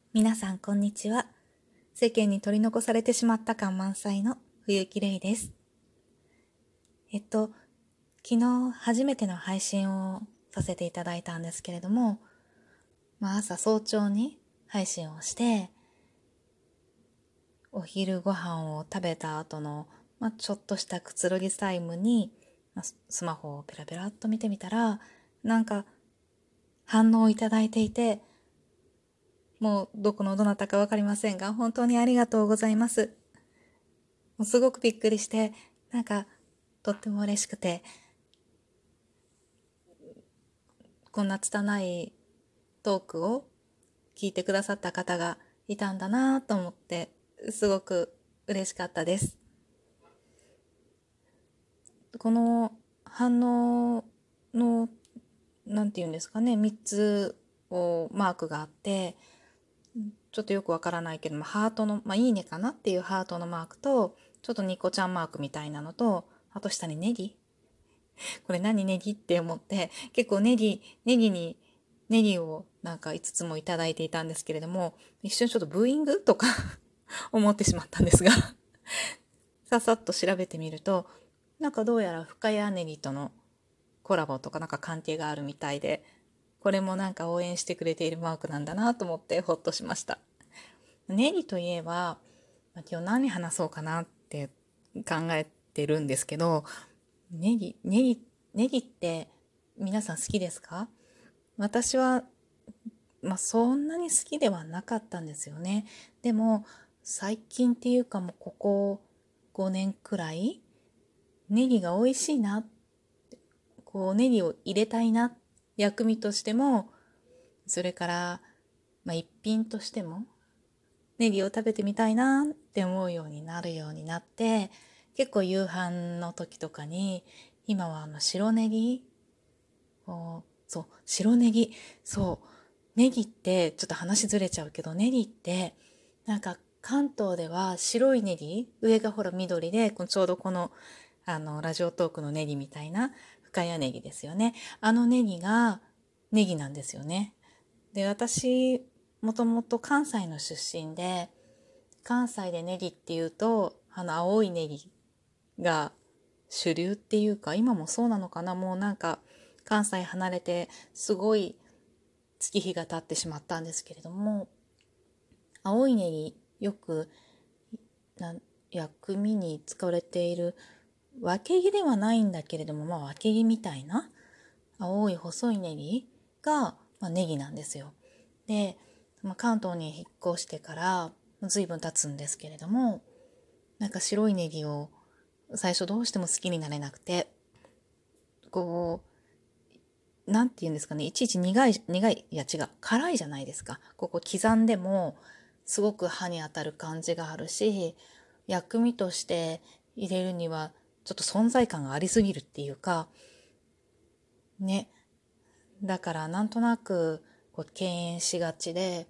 皆さんこんにちは。世間に取り残されてしまった感満載の冬木玲です。昨日初めての配信をさせていただいたんですけれども、朝早朝に配信をして、お昼ご飯を食べた後の、ちょっとしたくつろぎタイムに、スマホをペラペラっと見てみたら、なんか反応をいただいていて、もうどこのどなたかわかりませんが、本当にありがとうございます。もうすごくびっくりして、とっても嬉しくて、こんな拙いトークを聞いてくださった方がいたんだなと思って、すごく嬉しかったです。この反応の、なんていうんですかね、3つマークがあって、ちょっとよくわからないけども、ハートの、いいねかなっていうハートのマークと、ちょっとニコちゃんマークみたいなのと、あと下にネギ、これ何ネギって思って、結構ネギを5つもいただいていたんですけれども、一瞬ちょっとブーイングとか思ってしまったんですがささっと調べてみると、どうやら深谷ネギとのコラボとか関係があるみたいで、これも応援してくれているマークなんだなと思ってほっとしました。ネギといえば、今日何話そうかなって考えてるんですけど、ネギって皆さん好きですか？私は、そんなに好きではなかったんですよね。でも、最近っていうかもうここ5年くらい、ネギが美味しいな、ネギを入れたいな、薬味としても、それから、一品としても、ネギを食べてみたいなって思うようになるようになって、結構夕飯の時とかに、今は白ネギそう、白ネギ。そう。ネギって、ちょっと話ずれちゃうけど、ネギって、関東では白いネギ、上がほら緑で、ちょうどラジオトークのネギみたいな、深谷ネギですよね。あのネギが、ネギなんですよね。で、私、もともと関西の出身で、関西でネギっていうと、青いネギが主流っていうか、今もそうなのかな、もう関西離れてすごい月日が経ってしまったんですけれども、青いネギよくな薬味に使われている、分け木ではないんだけれども、分け木みたいな青い細いネギが、ネギなんですよ。で、関東に引っ越してから随分経つんですけれども、白いネギを最初どうしても好きになれなくて、なんて言うんですかね、いちいちいや違う、辛いじゃないですか。刻んでも、すごく歯に当たる感じがあるし、薬味として入れるには、ちょっと存在感がありすぎるっていうか、ね。だからなんとなく、敬遠しがちで、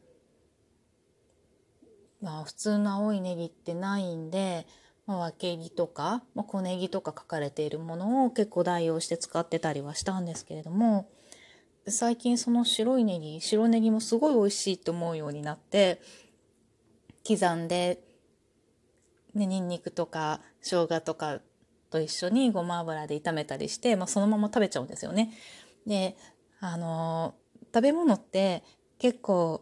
普通の青いネギってないんで、分け木とか、小ネギとか書かれているものを結構代用して使ってたりはしたんですけれども、最近その白ネギもすごい美味しいと思うようになって、刻んで、ニンニクとか生姜とかと一緒にごま油で炒めたりして、そのまま食べちゃうんですよね。で、食べ物って結構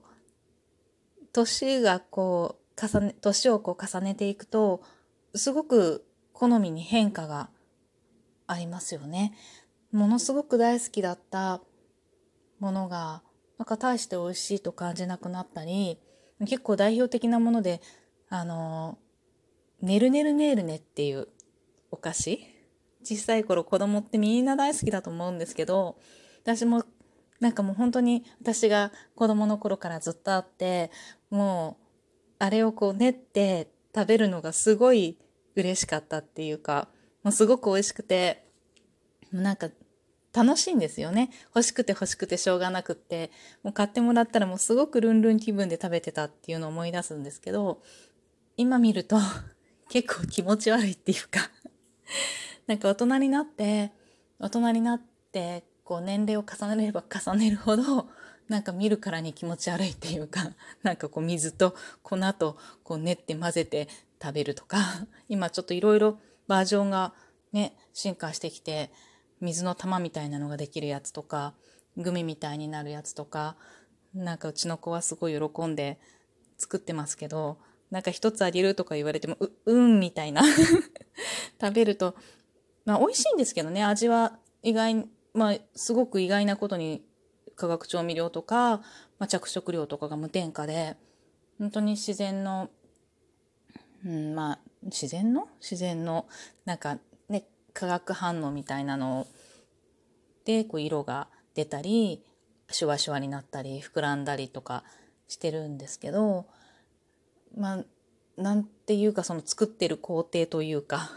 年を重ねていくと、すごく好みに変化がありますよね。ものすごく大好きだったものが、大して美味しいと感じなくなったり、結構代表的なもので、あの、ねるねるねるねっていうお菓子。小さい頃子供ってみんな大好きだと思うんですけど、私ももう本当に私が子供の頃からずっとあって、もうあれを練って食べるのがすごい嬉しかったっていうか、もうすごく美味しくて、もう楽しいんですよね。欲しくてしょうがなくって、もう買ってもらったらもうすごくルンルン気分で食べてたっていうのを思い出すんですけど、今見ると結構気持ち悪いっていうか大人になって、年齢を重ねれば重ねるほど、 なんか見るからに気持ち悪いっていうか、なんかこう水と粉とこう練って混ぜて食べるとか、今ちょっといろいろバージョンがね、進化してきて、水の玉みたいなのができるやつとか、グミみたいになるやつとか、なんかうちの子はすごい喜んで作ってますけど、なんか一つあげるとか言われても、うんみたいな食べると、まあ美味しいんですけどね、味は意外、まあすごく意外なことに化学調味料とか、まあ、着色料とかが無添加で、本当に自然の、まあ自然のなんかね、化学反応みたいなのでこう色が出たり、シュワシュワになったり膨らんだりとかしてるんですけど、まあなんていうか、その作ってる工程というか、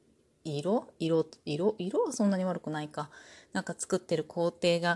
色はそんなに悪くないか。なんか作ってる工程が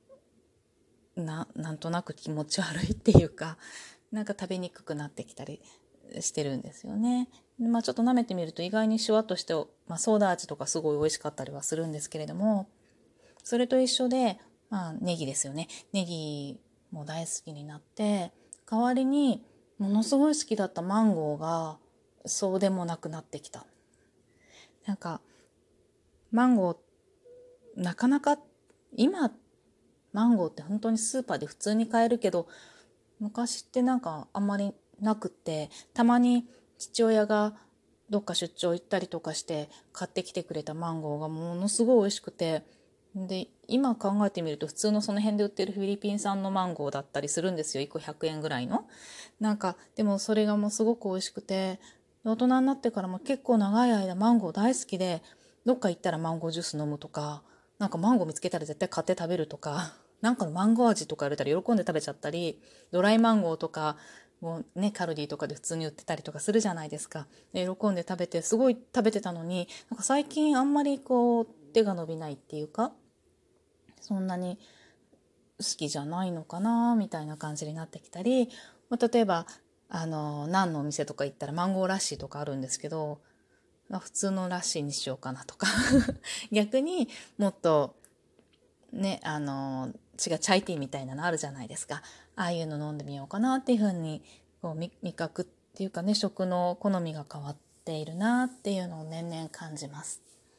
なんとなく気持ち悪いっていうか、なんか食べにくくなってきたりしてるんですよね。まあちょっと舐めてみると意外にシュワっとして、まあ、ソーダ味とかすごい美味しかったりはするんですけれども、それと一緒で、まあネギですよね。ネギも大好きになって、代わりにものすごい好きだったマンゴーがそうでもなくなってきた。なんかマンゴー、なかなか今マンゴーって本当にスーパーで普通に買えるけど、昔ってなんかあんまりなくって、たまに父親がどっか出張行ったりとかして買ってきてくれたマンゴーがものすごい美味しくて、で今考えてみると普通のその辺で売ってるフィリピン産のマンゴーだったりするんですよ。1個100円ぐらいの。なんかでもそれがもうすごく美味しくて、大人になってからも結構長い間マンゴー大好きで、どっか行ったらマンゴージュース飲むとか、なんかマンゴー見つけたら絶対買って食べるとか、なんかのマンゴー味とか言われたら喜んで食べちゃったり、ドライマンゴーとかもうね、カルディとかで普通に売ってたりとかするじゃないですか。で喜んで食べて、すごい食べてたのに、なんか最近あんまりこう手が伸びないっていうか、そんなに好きじゃないのかなみたいな感じになってきたり、例えばナンのお店とか行ったらマンゴーラッシーとかあるんですけど、普通のラッシーにしようかなとか逆にもっとね、違うチャイティーみたいなのあるじゃないですか。ああいうの飲んでみようかなっていうふうにこう味覚っていうかね、食の好みが変わっているなっていうのを年々感じます。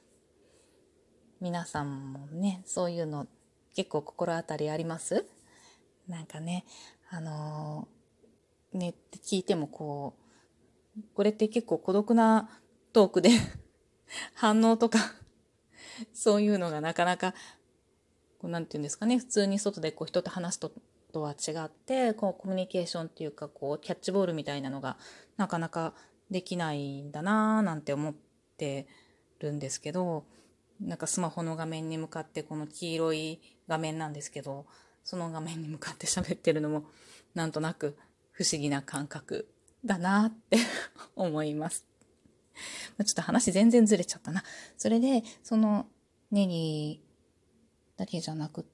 皆さんもね、そういうの結構心当たりあります？なんかね、ねって聞いてもこれって結構孤独なトークで反応とかそういうのがなかなかなんていうんですかね、普通に外で人と話すとは違って、コミュニケーションっていうかキャッチボールみたいなのがなかなかできないんだなぁなんて思ってるんですけど、なんかスマホの画面に向かって、この黄色い画面なんですけど、その画面に向かって喋ってるのもなんとなく不思議な感覚だなって思います。ちょっと話全然ずれちゃったな。それでそのネギだけじゃなくって、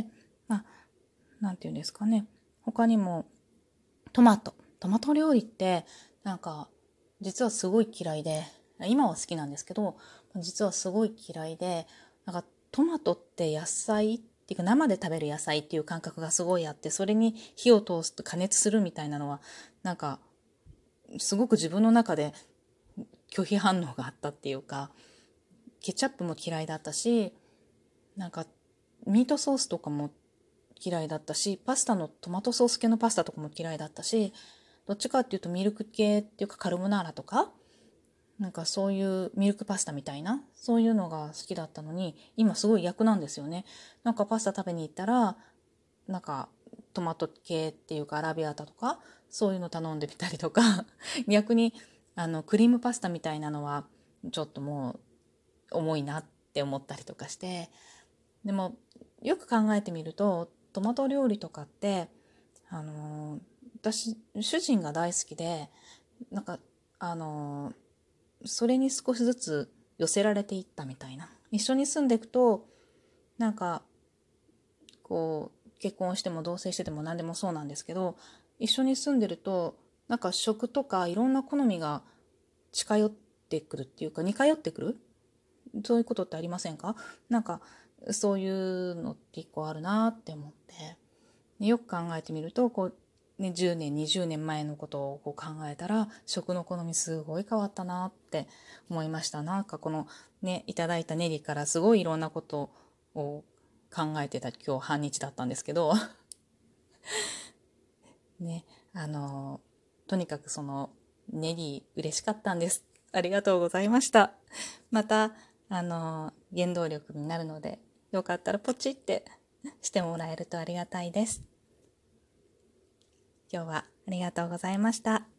まあ、なんていうんですかね。他にも、トマト料理って、なんか、実はすごい嫌いで、今は好きなんですけど、実はすごい嫌いで、なんか、トマトって野菜っていうか、生で食べる野菜っていう感覚がすごいあって、それに火を通すと加熱するみたいなのは、なんか、すごく自分の中で拒否反応があったっていうか、ケチャップも嫌いだったし、なんかミートソースとかも嫌いだったし、パスタのトマトソース系のパスタとかも嫌いだったし、どっちかっていうとミルク系っていうかカルボナーラとか、なんかそういうミルクパスタみたいな、そういうのが好きだったのに、今すごい逆なんですよね。なんかパスタ食べに行ったら、なんかトマト系っていうかアラビアータとか、そういうの頼んでみたりとか、逆にクリームパスタみたいなのはちょっともう重いなって思ったりとかして、でもよく考えてみるとトマト料理とかって私主人が大好きで、なんかそれに少しずつ寄せられていったみたいな。一緒に住んでいくとなんか結婚しても同棲してても何でもそうなんですけど、一緒に住んでるとなんか食とかいろんな好みが近寄ってくるっていうか似通ってくる、そういうことってありませんか？なんかそういうのって一個あるなって思って。 よく考えてみると10年20年前のことを考えたら食の好みすごい変わったなって思いました。なんかこのねいただいたネギからすごいいろんなことを考えてた今日半日だったんですけどね、とにかくそのネギ嬉しかったんです。ありがとうございました。また原動力になるので、よかったらポチってしてもらえるとありがたいです。今日はありがとうございました。